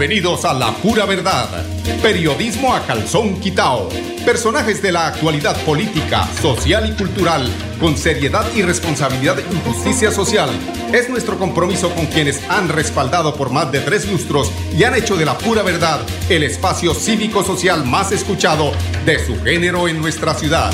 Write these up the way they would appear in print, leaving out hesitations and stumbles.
Bienvenidos a La Pura Verdad, periodismo a calzón quitao. Personajes de la actualidad política, social y cultural, con seriedad y responsabilidad y justicia social. Es nuestro compromiso con quienes han respaldado por más de 3 lustros y han hecho de La Pura Verdad el espacio cívico-social más escuchado de su género en nuestra ciudad.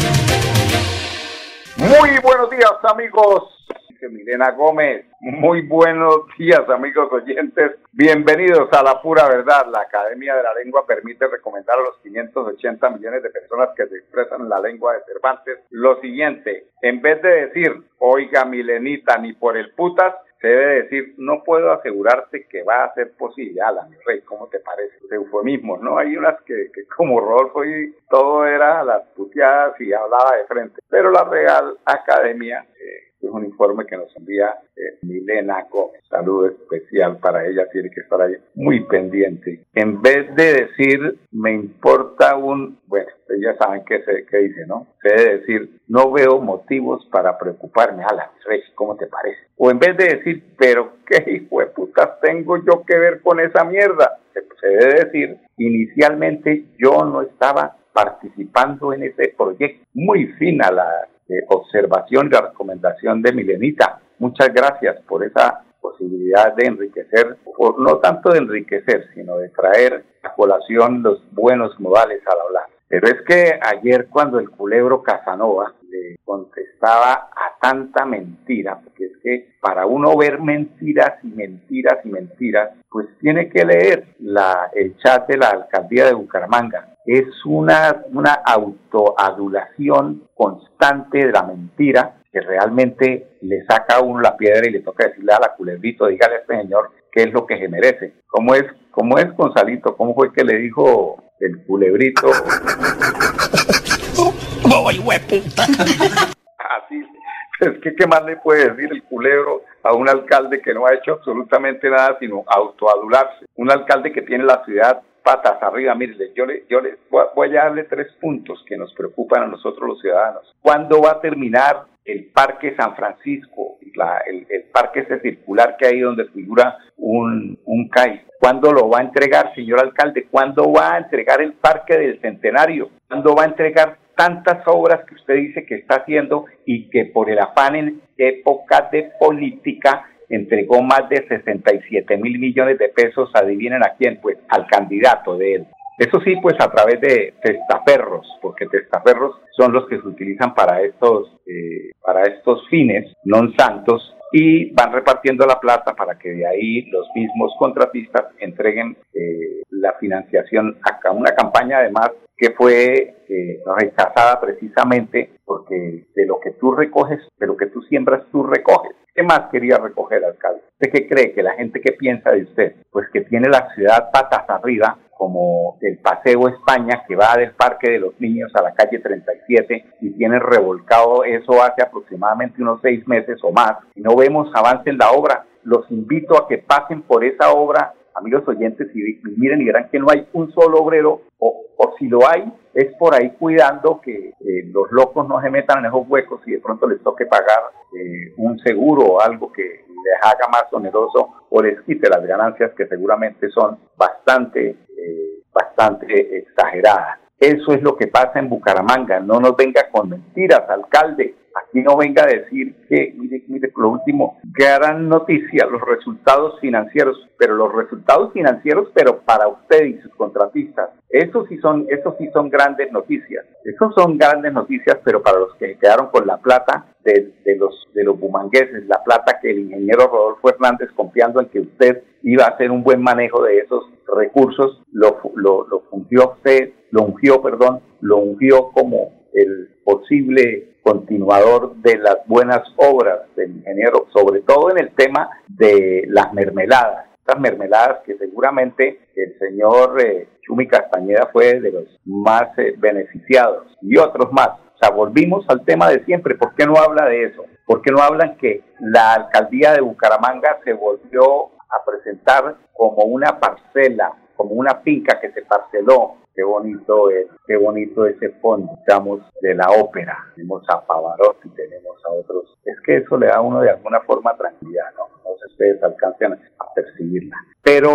Muy buenos días, amigos. Milena Gómez, muy buenos días, amigos oyentes. Bienvenidos a La Pura Verdad. La Academia de la Lengua permite recomendar a los 580 millones de personas que se expresan en la lengua de Cervantes lo siguiente: en vez de decir, oiga Milenita, ni por el putas, se debe decir, no puedo asegurarte que va a ser posible. Ala, mi rey, ¿cómo te parece? Eufemismos, ¿no? Hay unas que como Rodolfo y todo era las puteadas y hablaba de frente. Pero la Real Academia, es un informe que nos envía Milena Gómez. Saludo especial para ella, tiene que estar ahí muy pendiente. En vez de decir, me importa bueno, ustedes ya saben qué dice, ¿no? Se debe decir, no veo motivos para preocuparme. Ala, rey, ¿cómo te parece? O en vez de decir, pero qué hijo de putas tengo yo que ver con esa mierda, se debe decir, inicialmente yo no estaba participando en ese proyecto. Muy fina la observación y la recomendación de Milenita. Muchas gracias por esa posibilidad de enriquecer, o no tanto de enriquecer, sino de traer a colación los buenos modales al hablar. Pero es que ayer, cuando el culebro Casanova le contestaba a tanta mentira, porque es que para uno ver mentiras y mentiras y mentiras, pues tiene que leer el chat de la alcaldía de Bucaramanga. Es una autoadulación constante de la mentira, que realmente le saca a uno la piedra y le toca decirle a la culebrito, dígale a este señor qué es lo que se merece. ¿Cómo es, Gonzalito? ¿Cómo fue que le dijo el culebrito? ¡Ay, hueputa! Así, es que ¿qué más le puede decir el culebro a un alcalde que no ha hecho absolutamente nada sino autoadularse? Un alcalde que tiene la ciudad patas arriba. Mire, yo le voy a darle 3 puntos que nos preocupan a nosotros los ciudadanos. ¿Cuándo va a terminar el Parque San Francisco, el parque ese circular que hay donde figura un CAI? ¿Cuándo lo va a entregar, señor alcalde? ¿Cuándo va a entregar el Parque del Centenario? ¿Cuándo va a entregar tantas obras que usted dice que está haciendo y que por el afán en época de política entregó más de 67 mil millones de pesos? Adivinen a quién, pues al candidato de él. Eso sí, pues a través de testaferros, porque testaferros son los que se utilizan para estos fines non santos, y van repartiendo la plata para que de ahí los mismos contratistas entreguen la financiación a una campaña además que fue rechazada precisamente porque de lo que tú recoges, de lo que tú siembras, tú recoges. ¿Qué más quería recoger, alcalde? ¿Usted qué cree? Que la gente, ¿qué piensa de usted? Pues que tiene la ciudad patas arriba, como el Paseo España, que va del Parque de los Niños a la calle 37 y tiene revolcado eso hace aproximadamente unos 6 meses o más, y no vemos avance en la obra. Los invito a que pasen por esa obra, amigos oyentes, y miren y verán que no hay un solo obrero, o si lo hay, es por ahí cuidando que los locos no se metan en esos huecos y de pronto les toque pagar un seguro o algo que les haga más oneroso o les quite las ganancias, que seguramente son bastante exageradas. Eso es lo que pasa en Bucaramanga. No nos venga con mentiras, alcalde. Aquí no venga a decir que, mire, lo último, gran noticia, los resultados financieros, pero para usted y sus contratistas, esos sí son grandes noticias. Esos son grandes noticias, pero para los que quedaron con la plata de los bumangueses, la plata que el ingeniero Rodolfo Hernández, confiando en que usted iba a hacer un buen manejo de esos recursos, lo ungió como el posible continuador de las buenas obras del ingeniero, sobre todo en el tema de las mermeladas. Estas mermeladas que seguramente el señor Chumi Castañeda fue de los más beneficiados, y otros más. O sea, volvimos al tema de siempre. ¿Por qué no habla de eso? ¿Por qué no hablan que la alcaldía de Bucaramanga se volvió a presentar como una parcela, como una finca que se parceló? Qué bonito ese fondo, digamos, de la ópera. Tenemos a Pavarotti, tenemos a otros. Es que eso le da a uno de alguna forma tranquilidad, ¿no? No sé si ustedes alcancen a percibirla. Pero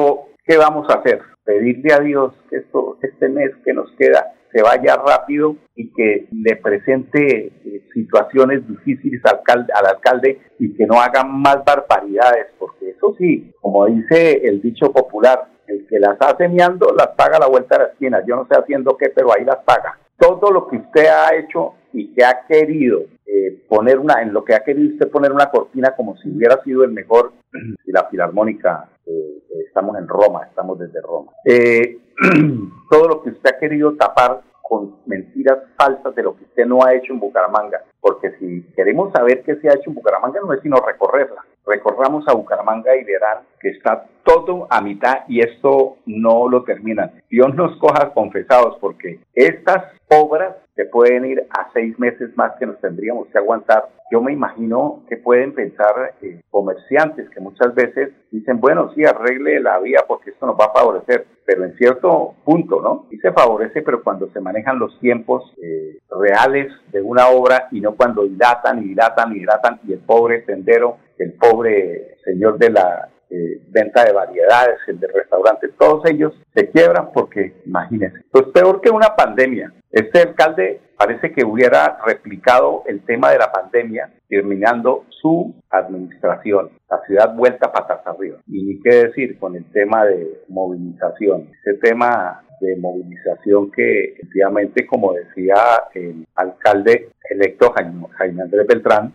¿qué vamos a hacer? Pedirle a Dios que este mes que nos queda se vaya rápido y que le presente situaciones difíciles al alcalde y que no hagan más barbaridades, porque eso sí, como dice el dicho popular, el que las hace meando las paga a la vuelta de la esquina. Yo no sé haciendo qué, pero ahí las paga. Todo lo que usted ha hecho y que ha querido en lo que ha querido usted poner una cortina como si hubiera sido el mejor, y la Filarmónica, estamos en Roma, estamos desde Roma. Todo lo que usted ha querido tapar con mentiras falsas de lo que usted no ha hecho en Bucaramanga, porque si queremos saber qué se ha hecho en Bucaramanga no es sino recorrerla. Recorramos a Bucaramanga y verán que está todo a mitad y esto no lo terminan. Dios nos coja confesados, porque estas obras se pueden ir a 6 meses más que nos tendríamos que aguantar. Yo me imagino que pueden pensar comerciantes que muchas veces dicen, bueno, sí, arregle la vía porque esto nos va a favorecer, pero en cierto punto, ¿no? Sí se favorece, pero cuando se manejan los tiempos reales de una obra y no cuando dilatan y el pobre tendero, el pobre señor de la venta de variedades, el de restaurantes, todos ellos se quiebran porque, imagínense, pues peor que una pandemia. Este alcalde parece que hubiera replicado el tema de la pandemia terminando su administración, la ciudad vuelta patas arriba. Y ni qué decir con el tema de movilización, ese tema de movilización que efectivamente, como decía el alcalde electo Jaime Andrés Beltrán,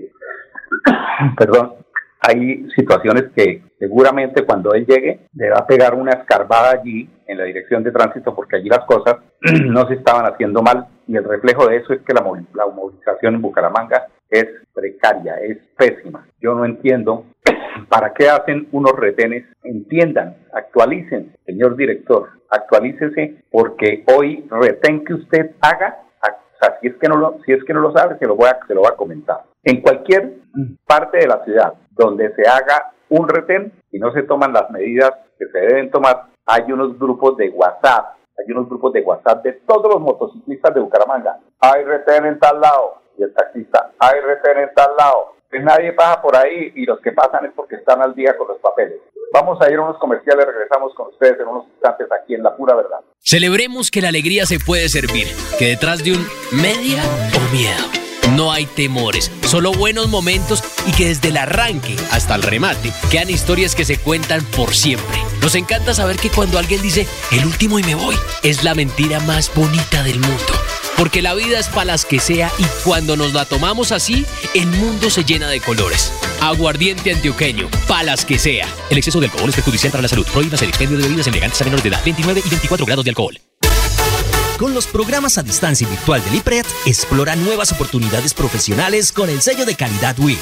hay situaciones que seguramente cuando él llegue le va a pegar una escarbada allí en la dirección de tránsito, porque allí las cosas no se estaban haciendo mal, y el reflejo de eso es que la movilización en Bucaramanga es precaria, es pésima. Yo no entiendo para qué hacen unos retenes. Entiendan, actualicen, señor director, actualícese, porque hoy retén que usted haga, o sea, si es que no lo sabe, se lo va a comentar. En cualquier parte de la ciudad donde se haga un retén y no se toman las medidas que se deben tomar, hay unos grupos de WhatsApp de todos los motociclistas de Bucaramanga. Hay retén en tal lado, y el taxista, hay retén en tal lado. Pues nadie pasa por ahí, y los que pasan es porque están al día con los papeles. Vamos a ir a unos comerciales, regresamos con ustedes en unos instantes aquí en La Pura Verdad. Celebremos que la alegría se puede servir, que detrás de un media o miedo no hay temores, solo buenos momentos, y que desde el arranque hasta el remate quedan historias que se cuentan por siempre. Nos encanta saber que cuando alguien dice el último y me voy, es la mentira más bonita del mundo. Porque la vida es para las que sea, y cuando nos la tomamos así, el mundo se llena de colores. Aguardiente antioqueño, para las que sea. El exceso de alcohol es perjudicial para la salud. Prohíbas el expendio de bebidas embriagantes a menores de edad. 29 y 24 grados de alcohol. Con los programas a distancia y virtual del IPRED, explora nuevas oportunidades profesionales con el sello de calidad WIS.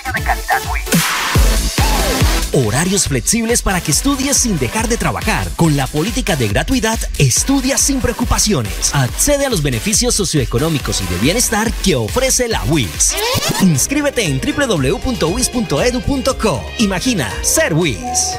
Horarios flexibles para que estudies sin dejar de trabajar. Con la política de gratuidad, estudia sin preocupaciones. Accede a los beneficios socioeconómicos y de bienestar que ofrece la WIS. Inscríbete en www.wis.edu.co. Imagina ser WIS.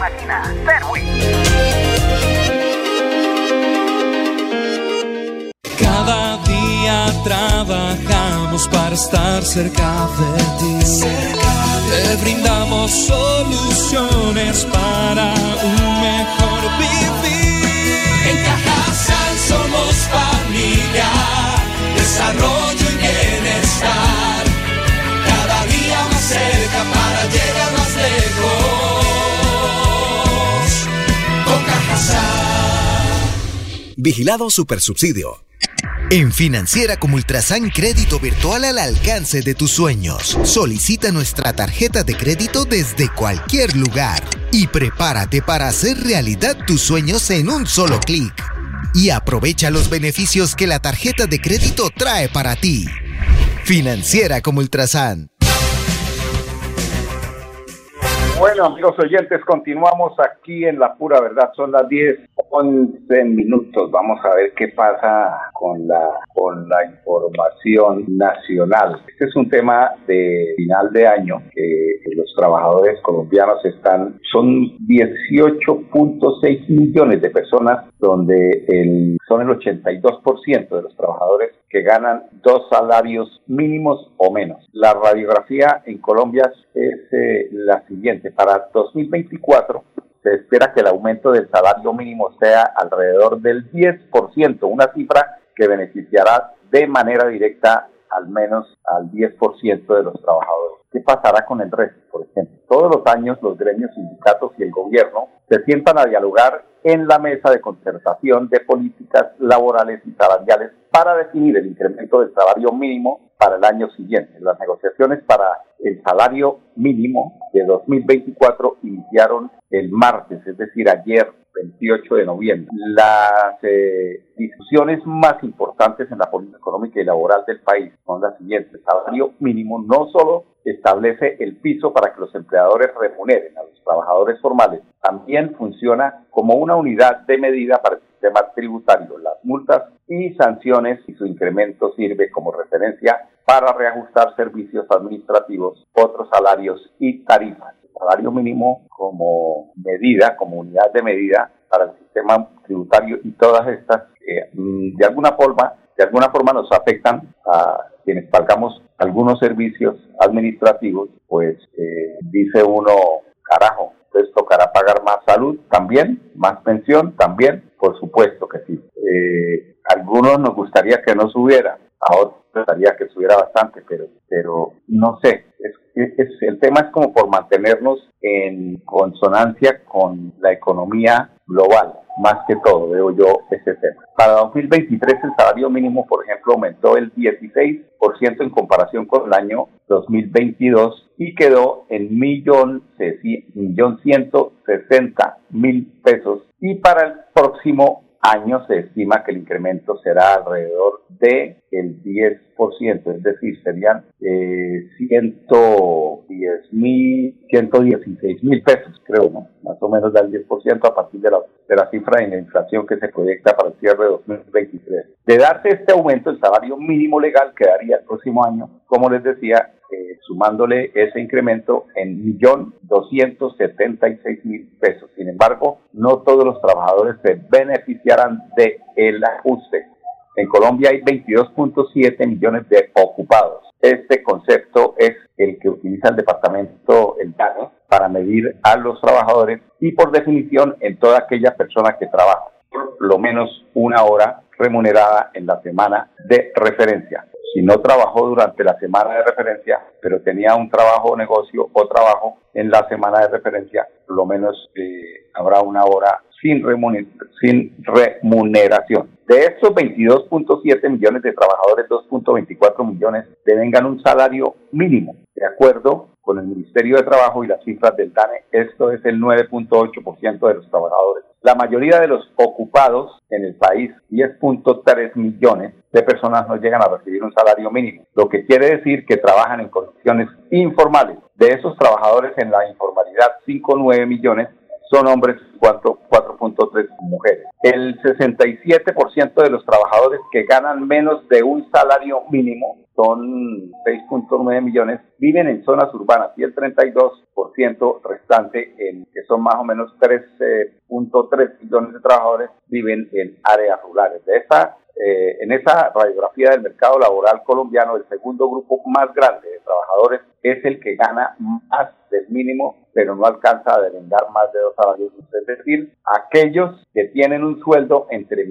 Cada día trabajamos para estar cerca de ti. Te brindamos soluciones para un mejor vivir. En Cajasal somos familia, desarrollo y bienestar. Cada día más cerca para llegar más lejos. Con Cajasal. Vigilado Supersubsidio. En Financiera como Ultrasan, crédito virtual al alcance de tus sueños. Solicita nuestra tarjeta de crédito desde cualquier lugar y prepárate para hacer realidad tus sueños en un solo clic. Y aprovecha los beneficios que la tarjeta de crédito trae para ti. Financiera como Ultrasan. Bueno, amigos oyentes, continuamos aquí en La Pura Verdad. Son las 10:11. Vamos a ver qué pasa con la información nacional. Este es un tema de final de año que los trabajadores colombianos son 18.6 millones de personas, donde son el 82% de los trabajadores que ganan 2 salarios mínimos o menos. La radiografía en Colombia es la siguiente. Para 2024 se espera que el aumento del salario mínimo sea alrededor del 10%, una cifra que beneficiará de manera directa al menos al 10% de los trabajadores. ¿Qué pasará con el resto? Por ejemplo, todos los años los gremios, sindicatos y el gobierno se sientan a dialogar en la mesa de concertación de políticas laborales y salariales para definir el incremento del salario mínimo para el año siguiente. Las negociaciones para el salario mínimo de 2024 iniciaron el martes, es decir, ayer, 28 de noviembre. Las discusiones más importantes en la política económica y laboral del país son las siguientes. El salario mínimo no solo establece el piso para que los empleadores remuneren a los trabajadores formales, también funciona como una unidad de medida para el sistema tributario. Las multas y sanciones y su incremento sirve como referencia para reajustar servicios administrativos, otros salarios y tarifas. El salario mínimo como medida, como unidad de medida para el sistema tributario y todas estas de alguna forma nos afectan a quienes pagamos algunos servicios administrativos, pues dice uno, carajo, entonces tocará pagar más salud también, más pensión también, por supuesto que sí. Algunos nos gustaría que no subiera, a otros nos gustaría que subiera bastante, pero no sé, el tema es como por mantenernos en consonancia con la economía global, más que todo, veo yo ese tema. Para 2023 el salario mínimo, por ejemplo, aumentó el 16% en comparación con el año 2022 y quedó en 1.160.000 pesos, y para el próximo año se estima que el incremento será alrededor de el 10%, es decir, serían 116.000 pesos, creo, ¿no? Más o menos da el 10% a partir de la cifra de la inflación que se proyecta para el cierre de 2023. De darse este aumento, el salario mínimo legal quedaría el próximo año, como les decía, sumándole ese incremento en 1.276.000 pesos. Sin embargo, no todos los trabajadores se beneficiarán del ajuste. En Colombia hay 22.7 millones de ocupados. Este concepto es el que utiliza el departamento, el DANE, para medir a los trabajadores y por definición en toda aquella persona que trabaja por lo menos una hora remunerada en la semana de referencia. Si no trabajó durante la semana de referencia, pero tenía un trabajo o negocio o trabajo en la semana de referencia, por lo menos habrá una hora sin remuneración. De estos 22.7 millones de trabajadores, 2.24 millones devengan un salario mínimo. De acuerdo con el Ministerio de Trabajo y las cifras del DANE, esto es el 9.8% de los trabajadores. La mayoría de los ocupados en el país, 10.3 millones de personas, no llegan a recibir un salario mínimo, lo que quiere decir que trabajan en condiciones informales. De esos trabajadores en la informalidad, 5.9 millones son hombres, 4.3 mujeres. El 67% de los trabajadores que ganan menos de un salario mínimo, son 6.9 millones, viven en zonas urbanas, y el 32% restante, que son más o menos 13.3 millones de trabajadores, viven en áreas rurales. En esa radiografía del mercado laboral colombiano, el segundo grupo más grande de trabajadores es el que gana más del mínimo, pero no alcanza a devengar más de 2 salarios. Es decir, aquellos que tienen un sueldo entre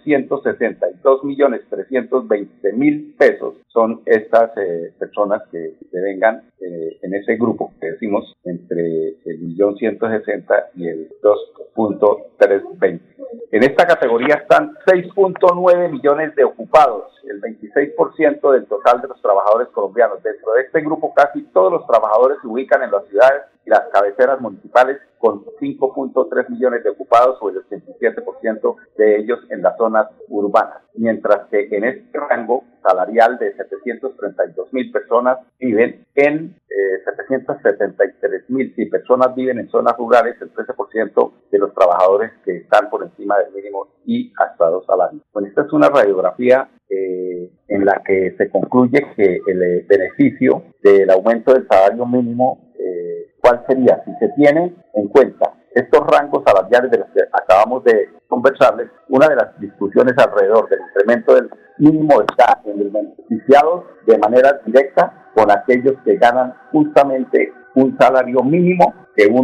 1.162.320.000 pesos son estas personas que devengan en ese grupo que decimos entre el 1.160.000 y el 2.320. En esta categoría están 6.9 millones de ocupados, el 26% del total de los trabajadores colombianos. Dentro de este grupo, casi todos los trabajadores se ubican en las ciudades y las cabeceras municipales, con 5.3 millones de ocupados, o el 87% de ellos en las zonas urbanas. Mientras que en este rango salarial de 732.000 personas viven en 773.000, si personas viven en zonas rurales, el 13% de los trabajadores que están por encima del mínimo y hasta 2 salarios. Bueno, esta es una radiografía en la que se concluye que el beneficio del aumento del salario mínimo, ¿cuál sería? Si se tiene en cuenta estos rangos salariales de los que acabamos de conversarles, una de las discusiones alrededor del incremento del mínimo está en los beneficiados de manera directa con aquellos que ganan justamente un salario mínimo, que uno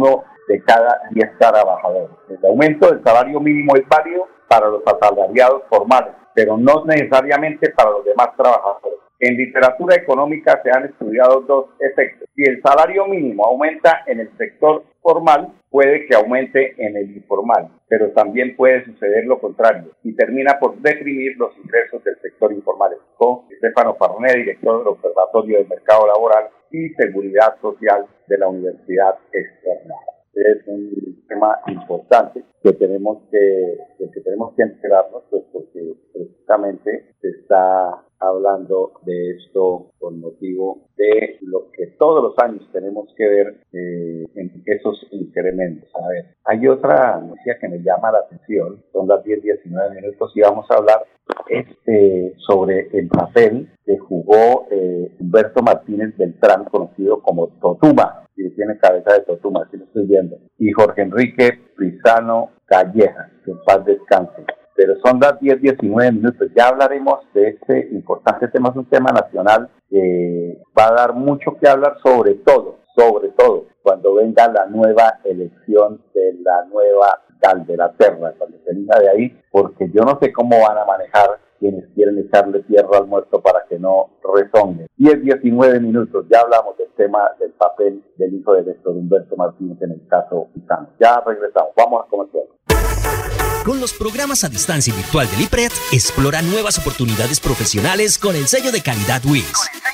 de cada 10 trabajadores. El aumento del salario mínimo es válido para los asalariados formales, pero no necesariamente para los demás trabajadores. En literatura económica se han estudiado dos efectos. Si el salario mínimo aumenta en el sector formal, puede que aumente en el informal, pero también puede suceder lo contrario y termina por deprimir los ingresos del sector informal. Con Estefano Farné, director del Observatorio del Mercado Laboral y Seguridad Social de la Universidad Externada. Es un tema importante que tenemos que enterarnos, pues porque precisamente se está hablando de esto con motivo de lo que todos los años tenemos que ver en esos incrementos. A ver, hay otra noticia que me llama la atención, son las 10:19 y vamos a hablar sobre el papel que jugó Humberto Martínez Beltrán, conocido como Totuma, que tiene cabeza de Totuma, así lo estoy viendo, y Jorge Enrique Pisano Calleja, que en paz descanse. Pero son las 10:19, ya hablaremos de este importante tema, es un tema nacional que va a dar mucho que hablar, sobre todo, cuando venga la nueva elección de la nueva alcalde de la Terra, cuando se venga de ahí, porque yo no sé cómo van a manejar quienes quieren echarle tierra al muerto para que no rezongue. 10:19, ya hablamos del tema del papel del hijo del Héctor Humberto Martínez en el caso Pisano. Ya regresamos, vamos a comerciar. Con los programas a distancia y virtual del IPRED, explora nuevas oportunidades profesionales con el sello de calidad WIS.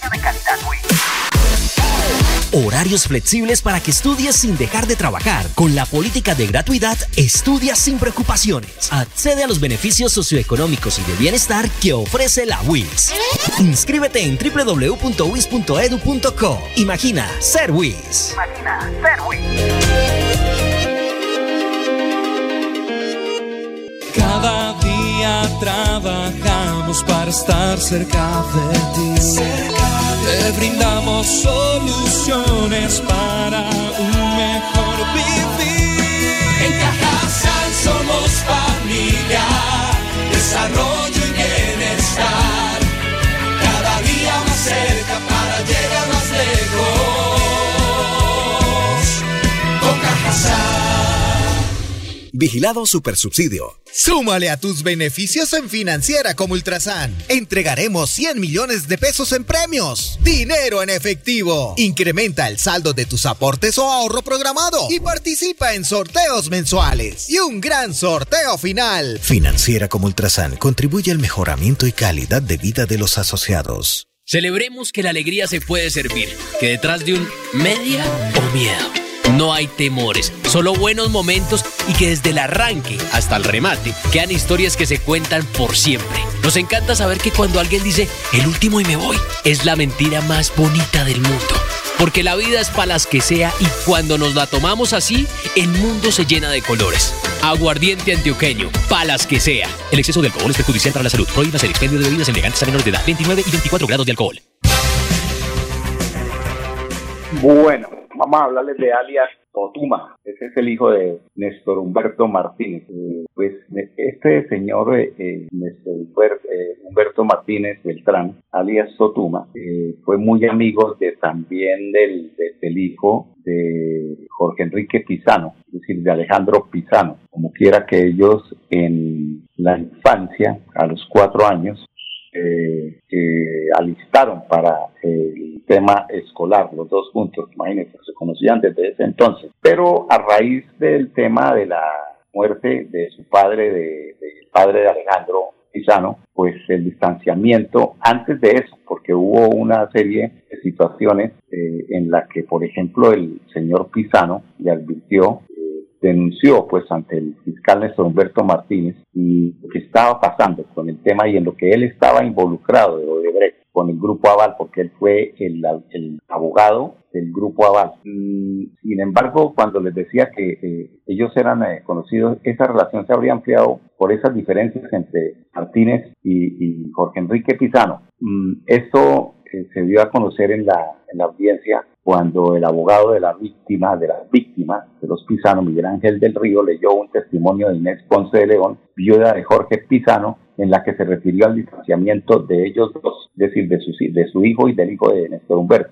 Horarios flexibles para que estudies sin dejar de trabajar. Con la política de gratuidad, estudia sin preocupaciones. Accede a los beneficios socioeconómicos y de bienestar que ofrece la WIS. Inscríbete en www.wis.edu.co. Imagina ser WIS. Cada día trabajamos para estar cerca de ti. Te brindamos soluciones para un mejor vivir. En Cajasal somos familia, desarrollo y bienestar. Cada día más cerca para llegar más lejos. Con Cajasal. Vigilado Supersubsidio. Súmale a tus beneficios en Financiera como Ultrasan. Entregaremos 100 millones de pesos en premios. Dinero en efectivo. Incrementa el saldo de tus aportes o ahorro programado y participa en sorteos mensuales. Y un gran sorteo final. Financiera como Ultrasan contribuye al mejoramiento y calidad de vida de los asociados. Celebremos que la alegría se puede servir, que detrás de un media o miedo no hay temores, solo buenos momentos y que desde el arranque hasta el remate quedan historias que se cuentan por siempre. Nos encanta saber que cuando alguien dice el último y me voy, es la mentira más bonita del mundo. Porque la vida es para las que sea y cuando nos la tomamos así, el mundo se llena de colores. Aguardiente antioqueño, palas que sea. El exceso de alcohol es perjudicial para la salud. Prohíbas el expendio de bebidas elegantes a menores de edad. 29 y 24 grados de alcohol. Bueno, vamos a hablarles de alias Totuma. Ese es el hijo de Néstor Humberto Martínez. Pues este señor Humberto Martínez Beltrán, alias Totuma, fue muy amigo también del hijo de Jorge Enrique Pisano, es decir, de Alejandro Pisano. Como quiera que ellos en la infancia, a los 4 años, alistaron para el tema escolar, los dos juntos, imagínense, se conocían desde ese entonces. Pero a raíz del tema de la muerte de su padre, del padre de Alejandro Pisano, pues el distanciamiento, antes de eso, porque hubo una serie de situaciones en la que, por ejemplo, el señor Pisano le advirtió, denunció pues ante el fiscal Néstor Humberto Martínez y lo que estaba pasando con el tema y en lo que él estaba involucrado de Odebrecht con el Grupo Aval, porque él fue el abogado del Grupo Aval. Sin embargo, cuando les decía que ellos eran conocidos, esa relación se habría ampliado por esas diferencias entre Martínez y Jorge Enrique Pisano. Esto se dio a conocer en la audiencia cuando el abogado de las víctimas de los Pizano, Miguel Ángel del Río, leyó un testimonio de Inés Ponce de León, viuda de Jorge Pizano, en la que se refirió al distanciamiento de ellos dos, es decir, de su hijo y del hijo de Néstor Humberto.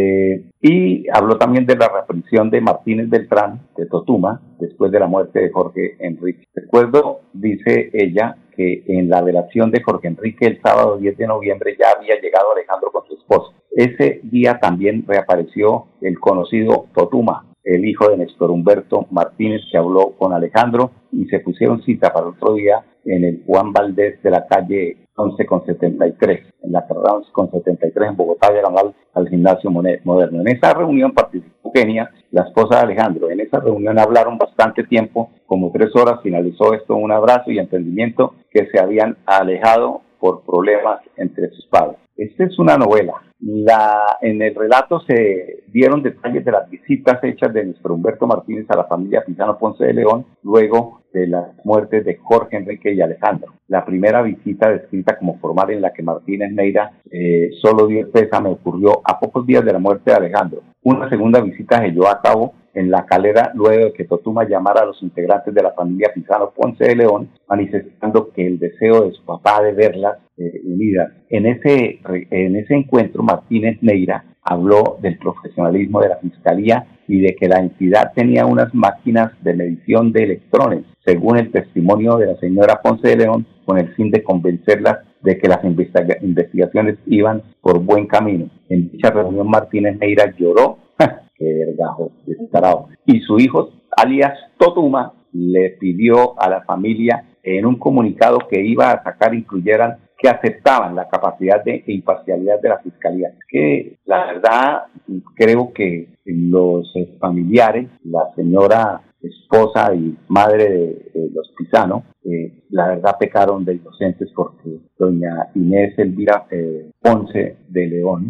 Y habló también de la reaparición de Martínez Beltrán, de Totuma, después de la muerte de Jorge Enrique. Recuerdo, dice ella, que en la velación de Jorge Enrique el sábado 10 de noviembre ya había llegado Alejandro con su esposa. Ese día también reapareció el conocido Totuma, el hijo de Néstor Humberto Martínez, que habló con Alejandro y se pusieron cita para otro día en el Juan Valdés de la calle 11,73, en la carrera 11,73 en Bogotá, diagonal al Gimnasio Moderno. En esa reunión participó Kenia, la esposa de Alejandro. En esa reunión hablaron bastante tiempo, como 3 horas. Finalizó esto en un abrazo y entendimiento que se habían alejado por problemas entre sus padres. Esta es una novela. En el relato se dieron detalles de las visitas hechas de Néstor Humberto Martínez a la familia Pizano Ponce de León luego de las muertes de Jorge Enrique y Alejandro. La primera visita, descrita como formal, en la que Martínez Neira solo dio el pésame, ocurrió a pocos días de la muerte de Alejandro. Una segunda visita se llevó a cabo en La Calera luego de que Totuma llamara a los integrantes de la familia Pizano Ponce de León, manifestando que el deseo de su papá de verlas unidas. En ese encuentro, Martínez Neira habló del profesionalismo de la Fiscalía y de que la entidad tenía unas máquinas de medición de electrones, según el testimonio de la señora Ponce de León, con el fin de convencerlas de que las investigaciones iban por buen camino. En dicha reunión, Martínez Neira lloró, ¡qué vergajo descarado! Y su hijo, alias Totuma, le pidió a la familia en un comunicado que iba a sacar incluyeran que aceptaban la capacidad de imparcialidad de la Fiscalía. Que la verdad creo que los familiares, la señora esposa y madre de los Pizano, la verdad pecaron de inocentes, porque doña Inés Elvira Ponce de León,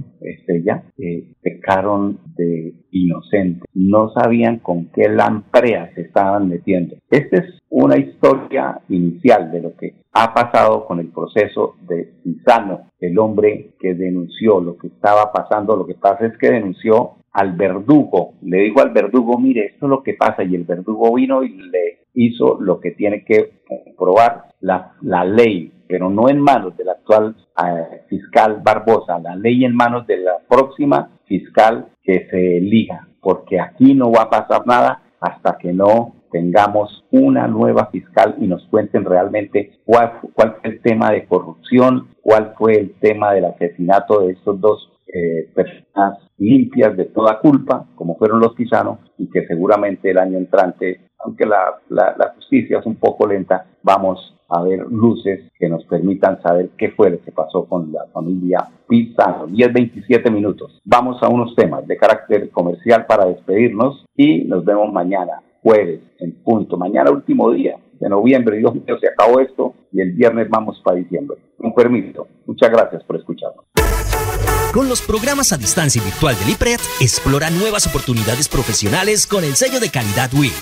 pecaron de inocentes. No sabían con qué lamprea se estaban metiendo. Esta es una historia inicial de lo que ha pasado con el proceso de Pizano, el hombre que denunció lo que estaba pasando. Lo que pasa es que denunció al verdugo, le dijo al verdugo, mire, esto es lo que pasa, y el verdugo vino y le hizo lo que tiene que comprobar la ley, pero no en manos del actual fiscal Barbosa, la ley en manos de la próxima fiscal que se elija, porque aquí no va a pasar nada hasta que no tengamos una nueva fiscal y nos cuenten realmente cuál fue el tema de corrupción, cuál fue el tema del asesinato de estos dos personas limpias de toda culpa, como fueron los Pizano, y que seguramente el año entrante, aunque la justicia es un poco lenta, vamos a ver luces que nos permitan saber qué fue lo que pasó con la familia Pizano. 10:27 minutos. Vamos a unos temas de carácter comercial para despedirnos y nos vemos mañana, jueves, en punto. Mañana, último día de noviembre. Dios mío, se acabó esto y el viernes vamos para diciembre. Con permiso. Muchas gracias por escucharnos. Con los programas a distancia y virtual del IPRED, explora nuevas oportunidades profesionales con el sello de calidad WIS.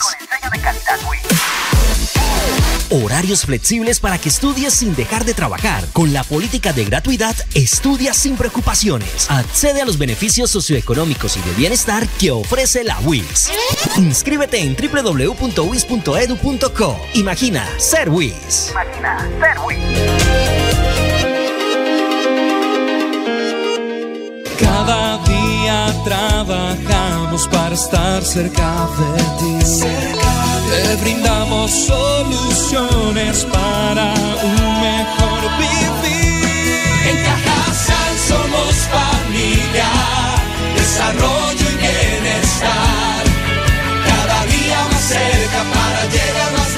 Horarios flexibles para que estudies sin dejar de trabajar. Con la política de gratuidad, estudia sin preocupaciones. Accede a los beneficios socioeconómicos y de bienestar que ofrece la WIS. Inscríbete en www.wis.edu.co. Imagina ser WIS. Cada día trabajamos para estar cerca de ti. Te brindamos soluciones para un mejor vivir. En Cajasal somos familia, desarrollo y bienestar. Cada día más cerca para llegar más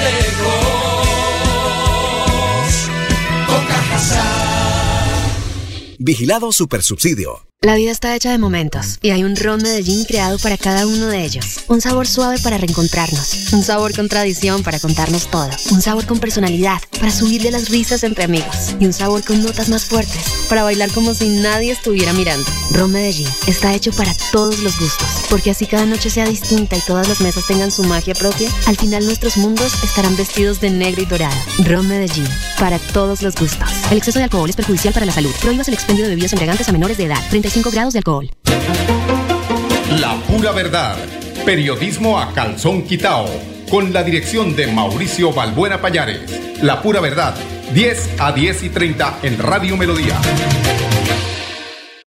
lejos. Con Cajasal. Vigilado Supersubsidio. La vida está hecha de momentos y hay un ron Medellín creado para cada uno de ellos. Un sabor suave para reencontrarnos, un sabor con tradición para contarnos todo, un sabor con personalidad para subirle las risas entre amigos y un sabor con notas más fuertes para bailar como si nadie estuviera mirando. Ron Medellín está hecho para todos los gustos, porque así cada noche sea distinta y todas las mesas tengan su magia propia. Al final nuestros mundos estarán vestidos de negro y dorado. Ron Medellín, para todos los gustos. El exceso de alcohol es perjudicial para la salud. Prohíbas el expendio de bebidas embriagantes a menores de edad. 35 grados de alcohol. La pura verdad. Periodismo a calzón quitao. Con la dirección de Mauricio Balbuena Payares. La pura verdad. 10 a 10:30 en Radio Melodía.